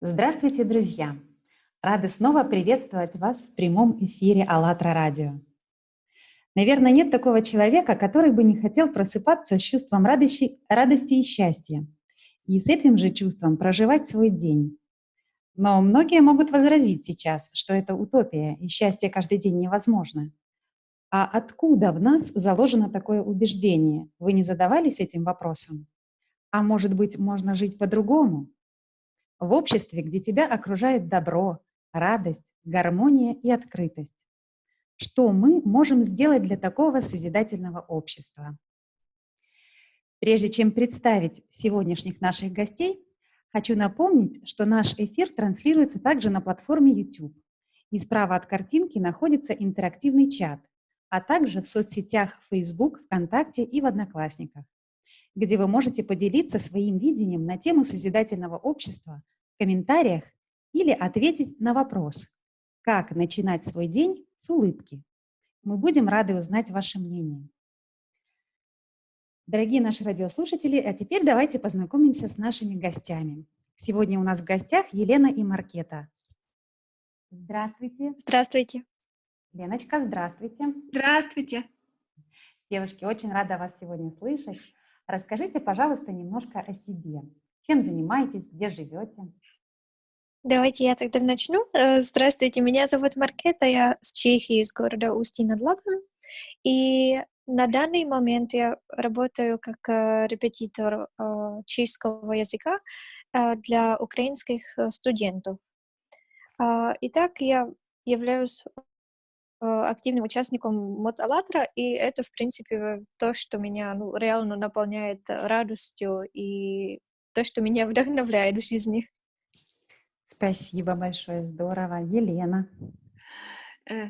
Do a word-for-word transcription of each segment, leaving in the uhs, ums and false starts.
Здравствуйте, друзья! Рады снова приветствовать вас в прямом эфире АЛЛАТРА радио. Наверное, нет такого человека, который бы не хотел просыпаться с чувством радости, радости и счастья, и с этим же чувством проживать свой день. Но многие могут возразить сейчас, что это утопия, и счастье каждый день невозможно. А откуда в нас заложено такое убеждение? Вы не задавались этим вопросом? А может быть, можно жить по-другому? В обществе, где тебя окружает добро, радость, гармония и открытость. Что мы можем сделать для такого созидательного общества? Прежде чем представить сегодняшних наших гостей, хочу напомнить, что наш эфир транслируется также на платформе YouTube. И справа от картинки находится интерактивный чат, а также в соцсетях Facebook, ВКонтакте и в Одноклассниках, где вы можете поделиться своим видением на тему созидательного общества в комментариях или ответить на вопрос, как начинать свой день с улыбки. Мы будем рады узнать ваше мнение. Дорогие наши радиослушатели, а теперь давайте познакомимся с нашими гостями. Сегодня у нас в гостях Елена и Маркета. Здравствуйте. Здравствуйте. Леночка, здравствуйте. Здравствуйте. Девушки, очень рада вас сегодня слышать. Расскажите, пожалуйста, немножко о себе. Чем занимаетесь, где живете? Давайте я тогда начну. Э, Здравствуйте, меня зовут Маркета, я с Чехии, из города Устье над Лабом. И на данный момент я работаю как э, репетитор э, чешского языка э, для украинских э, студентов. А, Итак, я являюсь э, активным участником МОД «АЛЛАТРА», и это, в принципе, то, что меня ну, реально наполняет э, радостью и то, что меня вдохновляет в жизни. Спасибо большое, здорово. Елена. Э,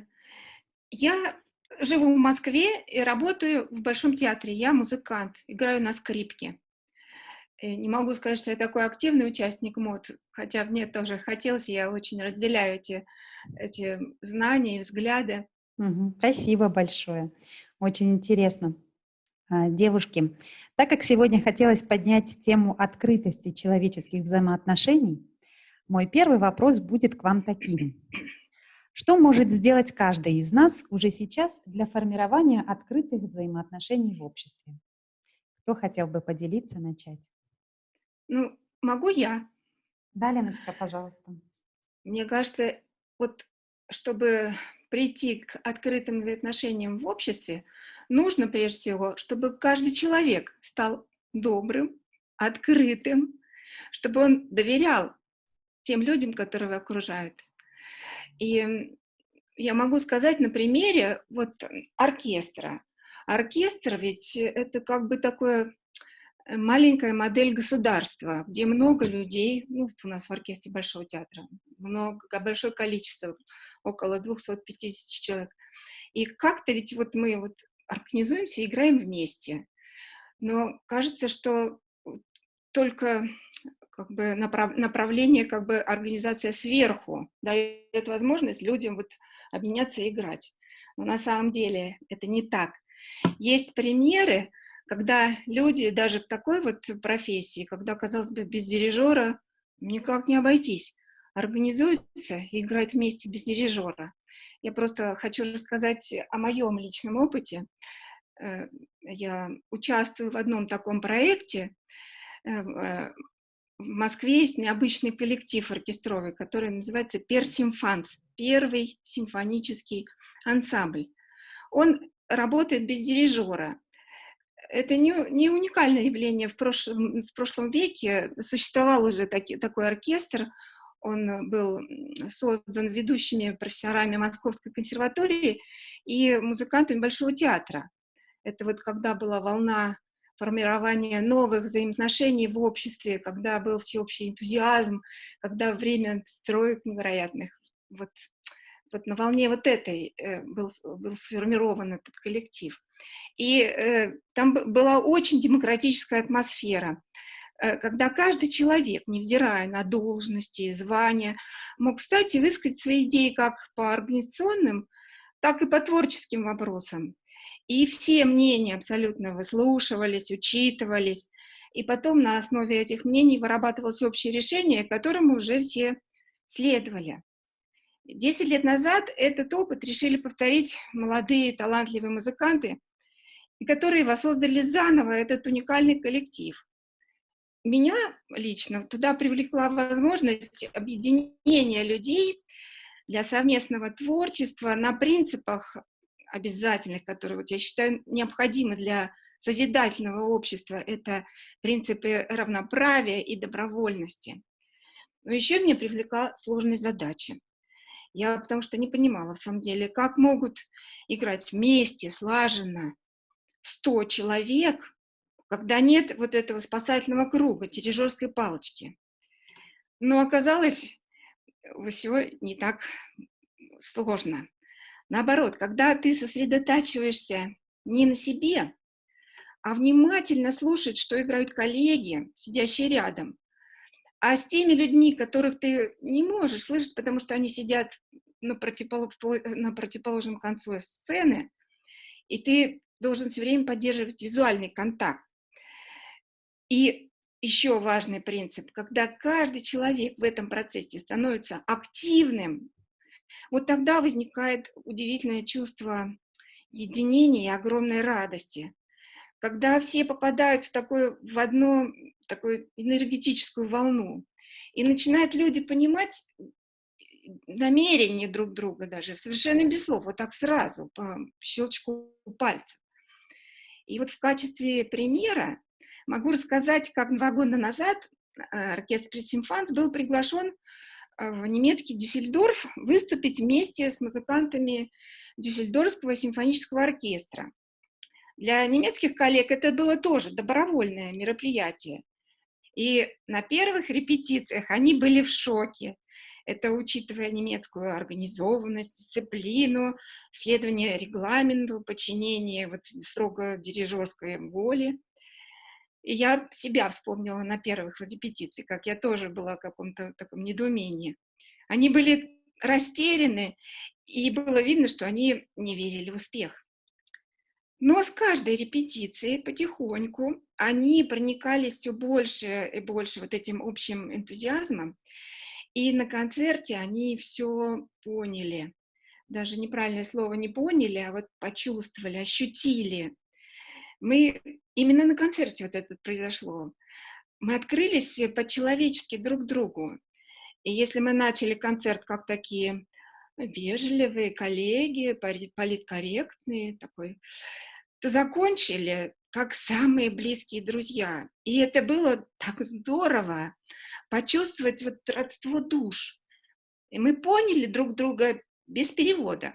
Я живу в Москве и работаю в Большом театре. Я музыкант, играю на скрипке. Э, Не могу сказать, что я такой активный участник мод, хотя мне тоже хотелось, и я очень разделяю эти, эти знания и взгляды. Мгм. Спасибо большое. Очень интересно. А, Девушки, так как сегодня хотелось поднять тему открытости человеческих взаимоотношений, мой первый вопрос будет к вам таким. Что может сделать каждый из нас уже сейчас для формирования открытых взаимоотношений в обществе? Кто хотел бы поделиться, начать? Ну, могу я. Да, Леночка, пожалуйста. Мне кажется, вот чтобы прийти к открытым взаимоотношениям в обществе, нужно прежде всего, чтобы каждый человек стал добрым, открытым, чтобы он доверял тем людям, которые его окружают. И я могу сказать на примере вот оркестра. Оркестр ведь это как бы такое э, маленькая модель государства, где много людей, ну, вот у нас в оркестре Большого театра, много, большое количество, около двести пятьдесят человек. И как-то ведь вот мы вот организуемся, играем вместе. Но кажется, что только как бы направ, направление, как бы организация сверху дает возможность людям вот обменяться и играть. Но на самом деле это не так. Есть примеры, когда люди даже в такой вот профессии, когда, казалось бы, без дирижера никак не обойтись, организуются и играют вместе без дирижера. Я просто хочу рассказать о моем личном опыте. Э, Я участвую в одном таком проекте. Э, э, В Москве есть необычный коллектив оркестровый, который называется Персимфанс, первый симфонический ансамбль. Он работает без дирижера. Это не, не уникальное явление. В прошлом, в прошлом веке существовал уже таки, такой оркестр. Он был создан ведущими профессорами Московской консерватории и музыкантами Большого театра. Это вот когда была волна формирования новых взаимоотношений в обществе, когда был всеобщий энтузиазм, когда время строек невероятных. Вот, вот на волне вот этой э, был, был сформирован этот коллектив. И э, там была очень демократическая атмосфера, э, когда каждый человек, невзирая на должности и звания, мог встать и высказать свои идеи как по организационным, так и по творческим вопросам. И все мнения абсолютно выслушивались, учитывались. И потом на основе этих мнений вырабатывалось общее решение, которому уже все следовали. Десять лет назад этот опыт решили повторить молодые талантливые музыканты, которые воссоздали заново этот уникальный коллектив. Меня лично туда привлекла возможность объединения людей для совместного творчества на принципах обязательных, которые, вот, я считаю, необходимы для созидательного общества. Это принципы равноправия и добровольности. Но еще меня привлекла сложность задачи. Я потому что не понимала, в самом деле, как могут играть вместе, слаженно, сто человек, когда нет вот этого спасательного круга, дирижерской палочки. Но оказалось, все не так сложно. Наоборот, когда ты сосредотачиваешься не на себе, а внимательно слушать, что играют коллеги, сидящие рядом, а с теми людьми, которых ты не можешь слышать, потому что они сидят на, противопол... на противоположном конце сцены, и ты должен все время поддерживать визуальный контакт. И еще важный принцип, когда каждый человек в этом процессе становится активным, вот тогда возникает удивительное чувство единения и огромной радости. Когда все попадают в, такое, в одну такую энергетическую волну, и начинают люди понимать намерения друг друга даже, совершенно без слов, вот так сразу, по щелчку пальцев. И вот в качестве примера могу рассказать, как два года назад оркестр Симфанс был приглашен в немецкий Дюссельдорф выступить вместе с музыкантами Дюссельдорфского симфонического оркестра. Для немецких коллег это было тоже добровольное мероприятие. И на первых репетициях они были в шоке. Это учитывая немецкую организованность, дисциплину, следование регламенту, подчинение вот строго дирижерской воле. И я себя вспомнила на первых репетициях, как я тоже была в каком-то таком недоумении. Они были растеряны, и было видно, что они не верили в успех. Но с каждой репетицией потихоньку они проникались все больше и больше вот этим общим энтузиазмом, и на концерте они все поняли. Даже неправильное слово не поняли, а вот почувствовали, ощутили. Мы именно на концерте вот это произошло. Мы открылись по-человечески друг другу. И если мы начали концерт как такие вежливые коллеги, политкорректные, такой, то закончили как самые близкие друзья. И это было так здорово почувствовать вот родство душ. И мы поняли друг друга без перевода.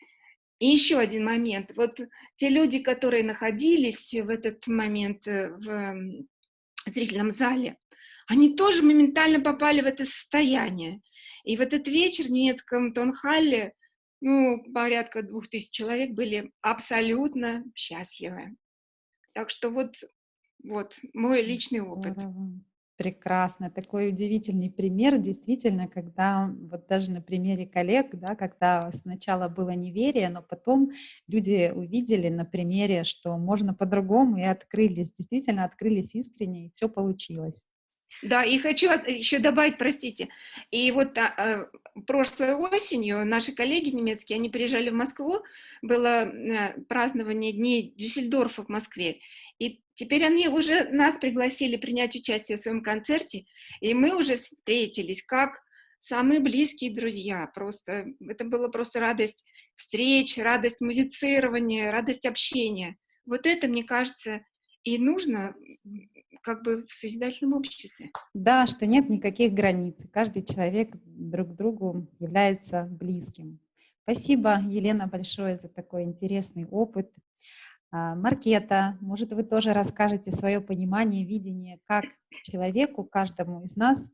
И еще один момент. Вот те люди, которые находились в этот момент в зрительном зале, они тоже моментально попали в это состояние. И в этот вечер в немецком Тонхалле, ну, порядка двух тысяч человек были абсолютно счастливы. Так что вот, вот мой личный опыт. Здорово. Прекрасно. Такой удивительный пример, действительно, когда вот даже на примере коллег, да, когда сначала было неверие, но потом люди увидели на примере, что можно по-другому, и открылись, действительно открылись искренне, и все получилось. Да, и хочу еще добавить, простите, и вот а, а, прошлой осенью наши коллеги немецкие, они приезжали в Москву, было а, празднование Дней Дюссельдорфа в Москве, и теперь они уже нас пригласили принять участие в своем концерте, и мы уже встретились как самые близкие друзья, просто, это была просто радость встреч, радость музицирования, радость общения. Вот это, мне кажется, и нужно как бы в созидательном обществе. Да, что нет никаких границ. Каждый человек друг другу является близким. Спасибо, Елена, большое за такой интересный опыт. Маркета, может, вы тоже расскажете свое понимание, видение, как человеку, каждому из нас,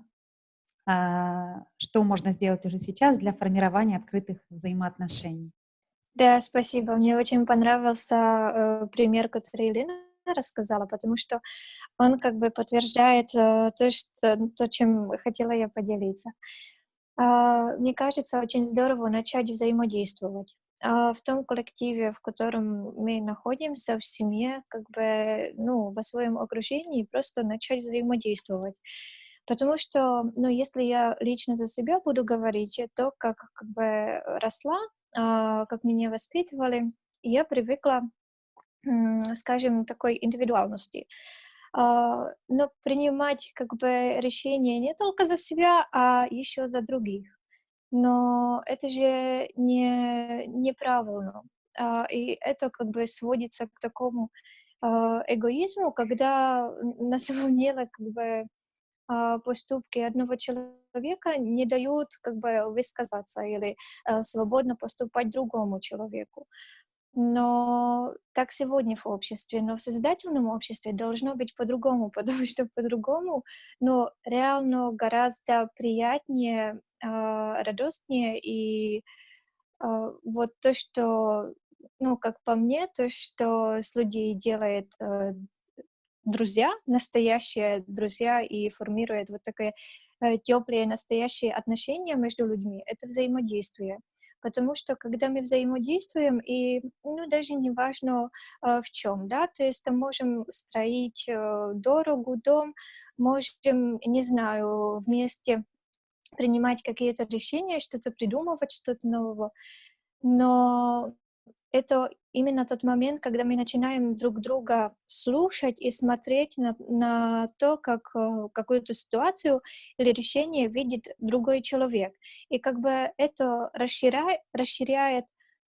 да, что можно сделать уже сейчас для формирования открытых взаимоотношений. Да, спасибо. Мне очень понравился э, пример, который Елена рассказала, потому что он как бы подтверждает э, то, что, то, чем хотела я поделиться. Э, мне кажется, очень здорово начать взаимодействовать. а, в том коллективе, в котором мы находимся, в семье, как бы, ну, во своем окружении просто начать взаимодействовать. Потому что, ну, если я лично за себя буду говорить, я то, как, как бы росла, а, как меня воспитывали, я привыкла, м, скажем, такой индивидуальности. А, но принимать как бы решения не только за себя, а еще за других. Но это же не неправильно. А, и это как бы сводится к такому, а, эгоизму, когда н на самом деле как бы, а, поступки одного человека не дают как бы высказаться или, а, свободно поступать другому человеку. Но так сегодня в обществе, но в созидательном обществе должно быть по-другому, потому что по-другому, ну, реально гораздо приятнее, а, радостнее. И, а, вот то, что, ну, как по мне, то, что с людей делает, э, друзья, настоящие друзья, и формирует вот такое, э, тёплые настоящие отношения между людьми — это взаимодействие. Потому что когда мы взаимодействуем, и, ну, даже неважно, а, в чём, да, то есть там можем строить, э, дорогу, дом, можем, не знаю, вместе принимать какие-то решения, что-то придумывать, что-то нового. Но это именно тот момент, когда мы начинаем друг друга слушать и смотреть на на то, как, э, какую-то ситуацию или решение видит другой человек. И как бы это расширяй расширяет,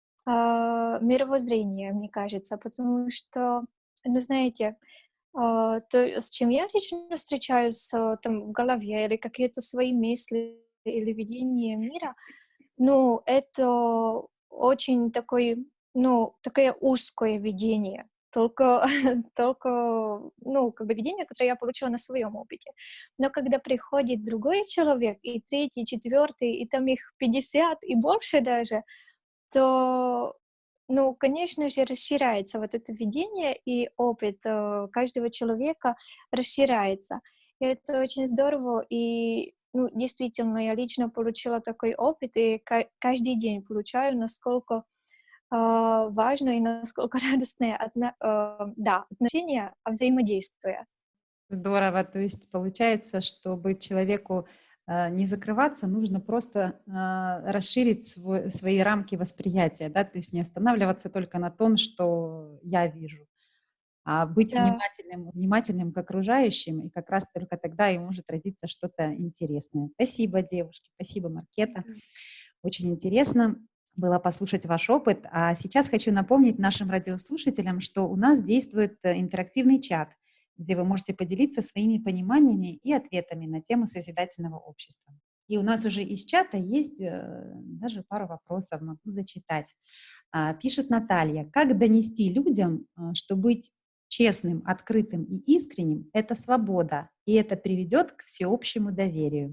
а, мировоззрение, мне кажется, потому что, ну, знаете, а, то, с чем я лично встречаюсь, а, там в голове, или какие-то свои мысли, или видение мира, ну, это очень такой, ну, такое узкое видение. Только только, ну, как бы видение, которое я получила на своем опыте. Но когда приходит другой человек, и третий, четвертый, и там их пятьдесят и больше даже, то, ну, конечно же, расширяется вот это видение, и опыт, э, каждого человека расширяется. И это очень здорово. И, ну, действительно, я лично получила такой опыт, и ка каждый день получаю, насколько, а, важно и насколько радостные отно э, да, отношения, а, взаимодействия. Здорово. То есть получается, чтобы человеку, э, не закрываться, нужно просто, а, расширить свой свои рамки восприятия, да, то есть не останавливаться только на том, что я вижу, а быть Да. внимательным внимательным к окружающим, и как раз только тогда и может родиться что-то интересное. Спасибо, девушки, спасибо, Маркета. М. Очень интересно было послушать ваш опыт. А сейчас хочу напомнить нашим радиослушателям, что у нас действует, э, интерактивный чат, где вы можете поделиться своими пониманиями и ответами на тему созидательного общества. И у нас уже из чата есть, э, даже пару вопросов, могу зачитать. А, пишет Наталья: "Как донести людям, а, что быть честным, открытым и искренним — это свобода, и это приведет к всеобщему доверию?"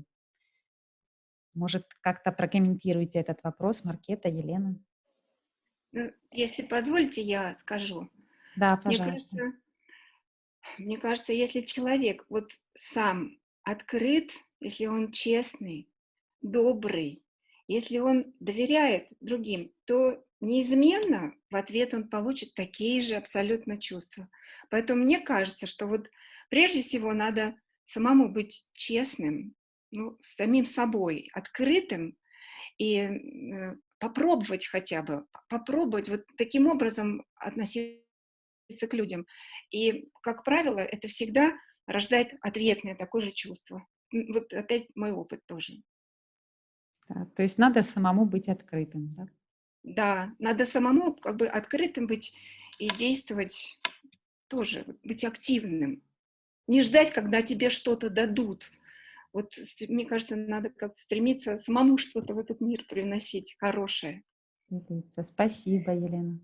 Может, как-то прокомментируете этот вопрос, Маркета, Елена? Ну, если позволите, я скажу. Да, Мне пожалуйста. кажется мне кажется, если человек вот сам открыт, если он честный, добрый, если он доверяет другим, то неизменно в ответ он получит такие же абсолютно чувства. Поэтому мне кажется, что вот прежде всего надо самому быть честным, ну, с самим собой, открытым и, м, попробовать хотя бы, попробовать вот таким образом относиться к людям. И, как правило, это всегда рождает ответное такое же чувство. М, вот опять мой опыт тоже. Да, то есть надо самому быть открытым, да? Да, надо самому как бы открытым быть и действовать тоже, вот быть активным. Не ждать, когда тебе что-то дадут. Вот с мне кажется, надо как-то стремиться самому что-то в этот мир привносить хорошее. Делиться. Спасибо, Елена.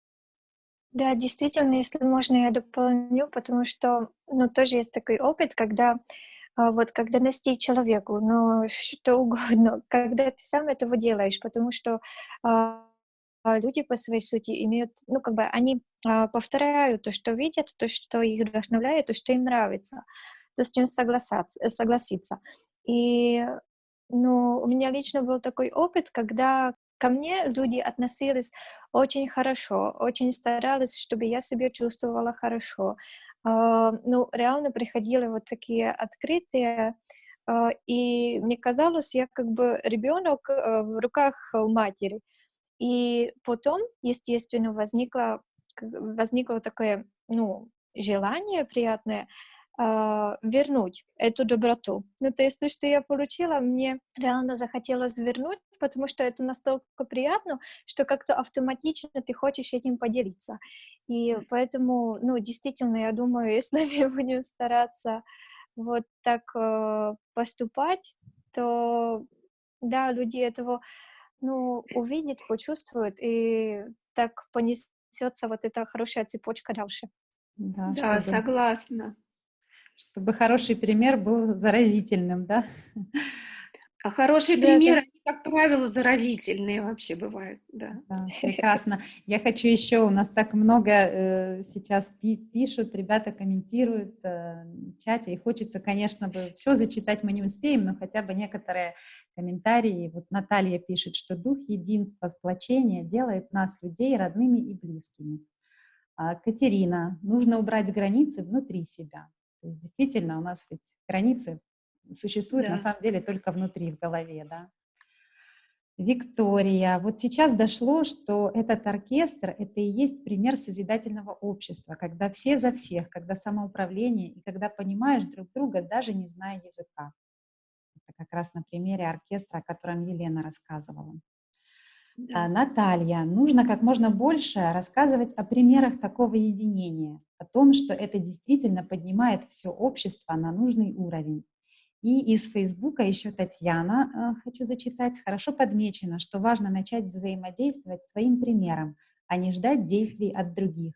Да, действительно, если можно, я дополню, потому что, ну, тоже есть такой опыт, когда, а, вот как донести человеку, ну, что угодно, когда ты сам этого делаешь, потому что, а, а, люди по своей сути имеют, ну, как бы они, а, повторяют то, что видят, то, что их вдохновляет, то, что им нравится, то, с чем согласаться э, согласиться. И, ну, у меня лично был такой опыт, когда ко мне люди относились очень хорошо, очень старались, чтобы я себя чувствовала хорошо. А, ну, реально приходили вот такие открытые, а, и мне казалось, я как бы ребенок э, в руках у матери. И потом, естественно, возникло, как- возникло такое, ну, желание приятное а, вернуть эту доброту. Ну, то есть то, что я получила, мне реально захотелось вернуть, потому что это настолько приятно, что как-то автоматично ты хочешь этим поделиться. И поэтому, ну, действительно, я думаю, если мы будем стараться вот так э, поступать, то, да, люди этого, ну, увидят, почувствуют, и так понесется вот эта хорошая цепочка дальше. Да, Да, чтобы, согласна. чтобы хороший пример был заразительным, да? А хорошие Да, да. примеры, они, как правило, заразительные вообще бывают, да. Да, прекрасно. Я хочу еще, у нас так много э, сейчас пи- пишут, ребята комментируют э, в чате, и хочется, конечно, бы все зачитать мы не успеем, но хотя бы некоторые комментарии. Вот Наталья пишет, что дух единства, сплочения делает нас, людей, родными и близкими. А Катерина, нужно убрать границы внутри себя. То есть действительно у нас ведь границы существуют на Да. самом деле только внутри, в голове, да. Виктория, вот сейчас дошло, что этот оркестр — это и есть пример созидательного общества, когда все за всех, когда самоуправление и когда понимаешь друг друга, даже не зная языка. Это как раз на примере оркестра, о котором Елена рассказывала. А, Да. Наталья, нужно как можно больше рассказывать о примерах такого единения, о том, что это действительно поднимает все общество на нужный уровень. И из Фейсбука еще Татьяна, э, хочу зачитать, хорошо подмечено, что важно начать взаимодействовать своим примером, а не ждать действий от других.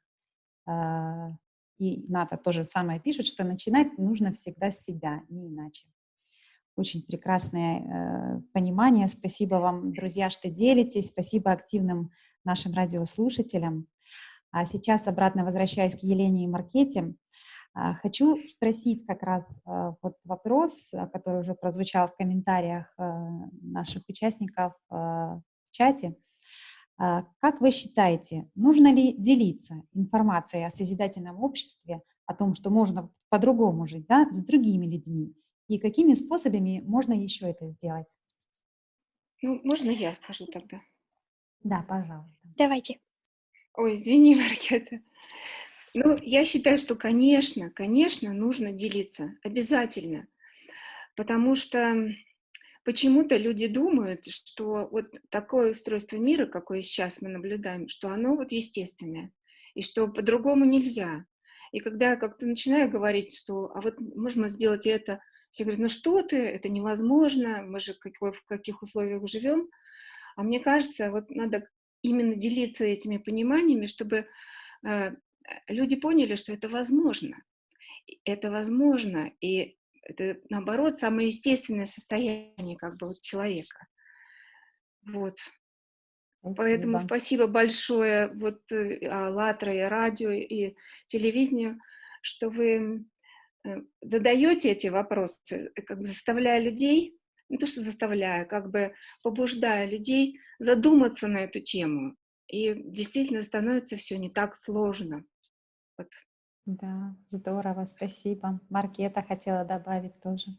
А, И Ната тоже самое пишет, что начинать нужно всегда с себя, не иначе. Очень прекрасное э, понимание. Спасибо вам, друзья, что делитесь. Спасибо активным нашим радиослушателям. А сейчас, обратно возвращаясь к Елене и Маркете, а, хочу спросить как раз а, вот вопрос, а, который уже прозвучал в комментариях а, наших участников а, в чате. А, Как вы считаете, нужно ли делиться информацией о созидательном обществе, о том, что можно по-другому жить, да, с другими людьми? И какими способами можно еще это сделать? Ну, можно я скажу тогда? Да, пожалуйста. Давайте. Ой, извини, Маркета. Ну, я считаю, что, конечно, конечно, нужно делиться, обязательно, потому что почему-то люди думают, что вот такое устройство мира, какое сейчас мы наблюдаем, что оно вот естественное, и что по-другому нельзя. И когда я как-то начинаю говорить, что а вот можно сделать это, все говорят, ну что ты, это невозможно, мы же какой, в каких условиях живем. А мне кажется, вот надо именно делиться этими пониманиями, чтобы э, люди поняли, что это возможно. И это возможно, и это, наоборот, самое естественное состояние как бы вот человека. Вот. Поэтому Спасибо. спасибо большое вот э, АЛЛАТРА и радио, и телевидению, что вы э, задаете эти вопросы, э, как бы заставляя людей, не то что заставляя, как бы побуждая людей задуматься на эту тему. И действительно становится все не так сложно. Вот. Да, здорово, спасибо. Маркета хотела добавить тоже.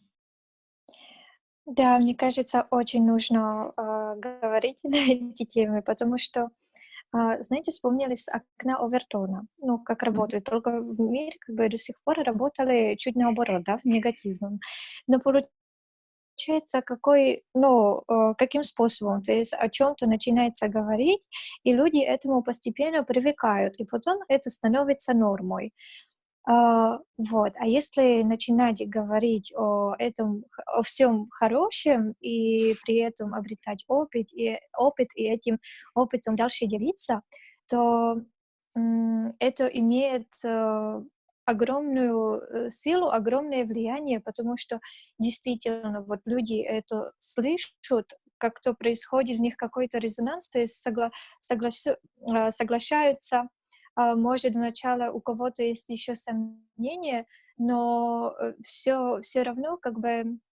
Да, мне кажется, очень нужно а, говорить на эти темы, потому что, а, знаете, вспомнили с окна Овертона, ну, как Мгм. работают, только в мире как бы до сих пор работали чуть наоборот, да, в негативном. Но получается, какой, ну, э, каким способом, то есть о чем-то начинается говорить, и люди этому постепенно привыкают, и потом это становится нормой. А, вот. А если начинать говорить о этом, х- о всем хорошем и при этом обретать опыт и опыт и этим опытом дальше делиться, то м, это имеет э, огромную э, силу, огромное влияние, потому что действительно вот люди это слышат, как то происходит в них какой-то резонанс, то есть согла- согласю- э, соглашаются. А, может, вначале у кого-то есть еще сомнения, но все все равно как бы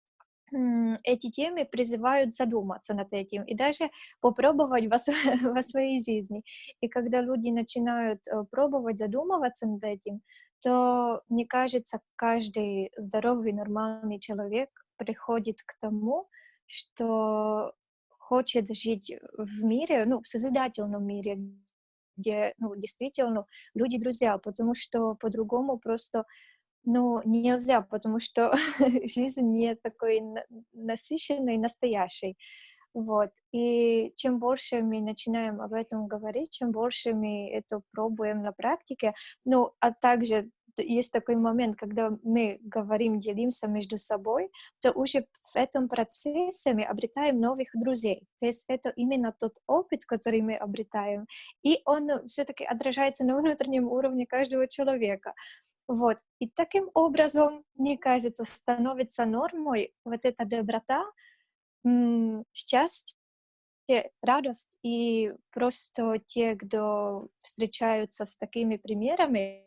м, эти темы призывают задуматься над этим и даже попробовать во, сво- во своей жизни. И когда люди начинают э, пробовать задумываться над этим, то, мне кажется, каждый здоровый, нормальный человек приходит к тому, что хочет жить в мире, ну, в созидательном мире, где, ну, действительно люди друзья, потому что по-другому просто, ну, нельзя, потому что жизнь не такой на- насыщенной, настоящей. Вот. И чем больше мы начинаем об этом говорить, чем больше мы это пробуем на практике, ну, а также т- есть такой момент, когда мы говорим, делимся между собой, то уже в этом процессе мы обретаем новых друзей. То есть это именно тот опыт, который мы обретаем, и он все-таки отражается на внутреннем уровне каждого человека. Вот. И таким образом, мне кажется, становится нормой вот эта доброта, м, счастье, радость, и просто те, кто встречаются с такими примерами,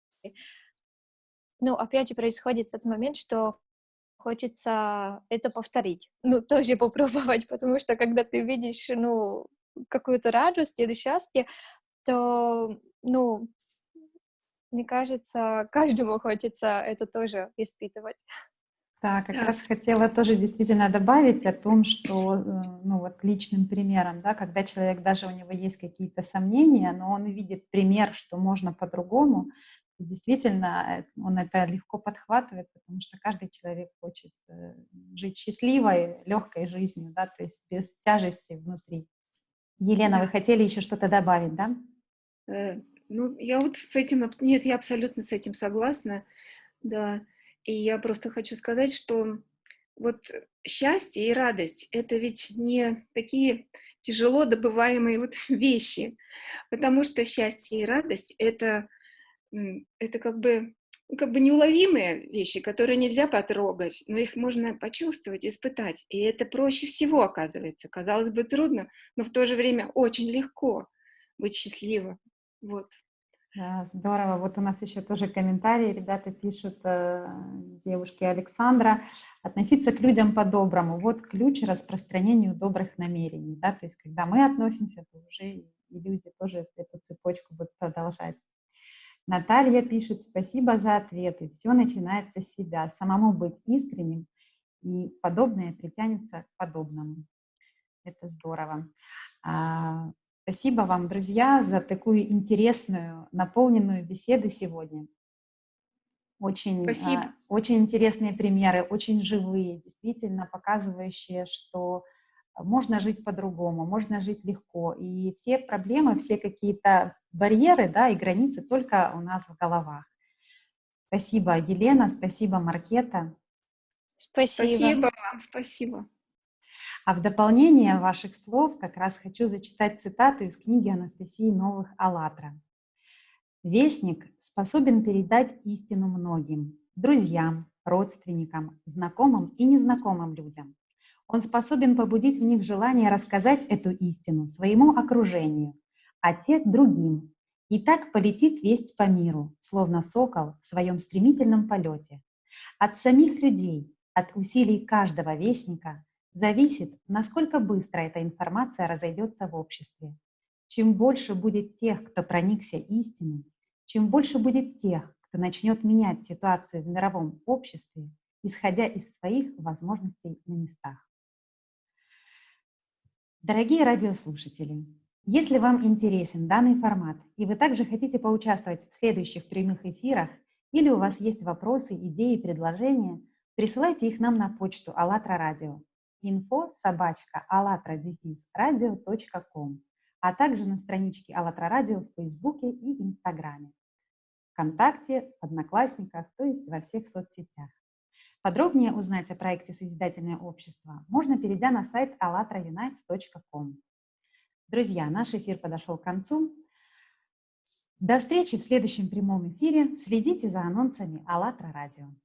ну, опять же, происходит этот момент, что хочется это повторить, ну, тоже попробовать, потому что когда ты видишь, ну, какую-то радость или счастье, то, ну, мне кажется, каждому хочется это тоже испытывать. Да, как Да, раз хотела тоже действительно добавить о том, что, э, ну вот личным примером, да, когда человек, даже у него есть какие-то сомнения, но он видит пример, что можно по-другому, и действительно, э, он это легко подхватывает, потому что каждый человек хочет э, жить счастливой, легкой жизнью, да, то есть без тяжести внутри. Елена, вы да. хотели еще что-то добавить, да? Э, Ну, я вот с этим, аб- нет, я абсолютно с этим согласна, да. И я просто хочу сказать, что вот счастье и радость — это ведь не такие тяжело добываемые вот вещи, потому что счастье и радость — это, м, это как бы, ну, как бы неуловимые вещи, которые нельзя потрогать, но их можно почувствовать, испытать. И это проще всего, оказывается. Казалось бы, трудно, но в то же время очень легко быть счастливым. Вот. Да, здорово. Вот у нас еще тоже комментарии. Ребята пишут, э, девушки Александра, относиться к людям по-доброму. Вот ключ к распространению добрых намерений. Да? То есть, когда мы относимся, то уже и и люди тоже эту цепочку будут продолжать. Наталья пишет, спасибо за ответы. Все начинается с себя. Самому быть искренним, и подобное притянется к подобному. Это здорово. А, Спасибо вам, друзья, за такую интересную, наполненную беседу сегодня. Очень, Спасибо. а, очень интересные примеры, очень живые, действительно показывающие, что можно жить по-другому, можно жить легко. И все проблемы, все какие-то барьеры, да, и границы только у нас в головах. Спасибо, Елена, спасибо, Маркета. Спасибо. Спасибо вам, спасибо. А в дополнение ваших слов как раз хочу зачитать цитату из книги Анастасии Новых «АЛЛАТРА». Вестник способен передать истину многим, друзьям, родственникам, знакомым и незнакомым людям. Он способен побудить в них желание рассказать эту истину своему окружению, а те другим. И так полетит весть по миру, словно сокол в своем стремительном полете. От самих людей, от усилий каждого вестника зависит, насколько быстро эта информация разойдется в обществе. Чем больше будет тех, кто проникся истиной, чем больше будет тех, кто начнет менять ситуацию в мировом обществе, исходя из своих возможностей на местах. Дорогие радиослушатели, если вам интересен данный формат, и вы также хотите поучаствовать в следующих прямых эфирах, или у вас есть вопросы, идеи, предложения, присылайте их нам на почту АЛЛАТРА Радио, инфо собачка аллатра радио точка ком, а также на страничке АЛЛАТРА Радио в Фейсбуке и Инстаграме, ВКонтакте, Одноклассниках, то есть во всех соцсетях. Подробнее узнать о проекте «Созидательное общество» можно, перейдя на сайт аллатра юнайтс точка ком. Друзья, наш эфир подошел к концу. До встречи в следующем прямом эфире. Следите за анонсами АЛЛАТРА Радио.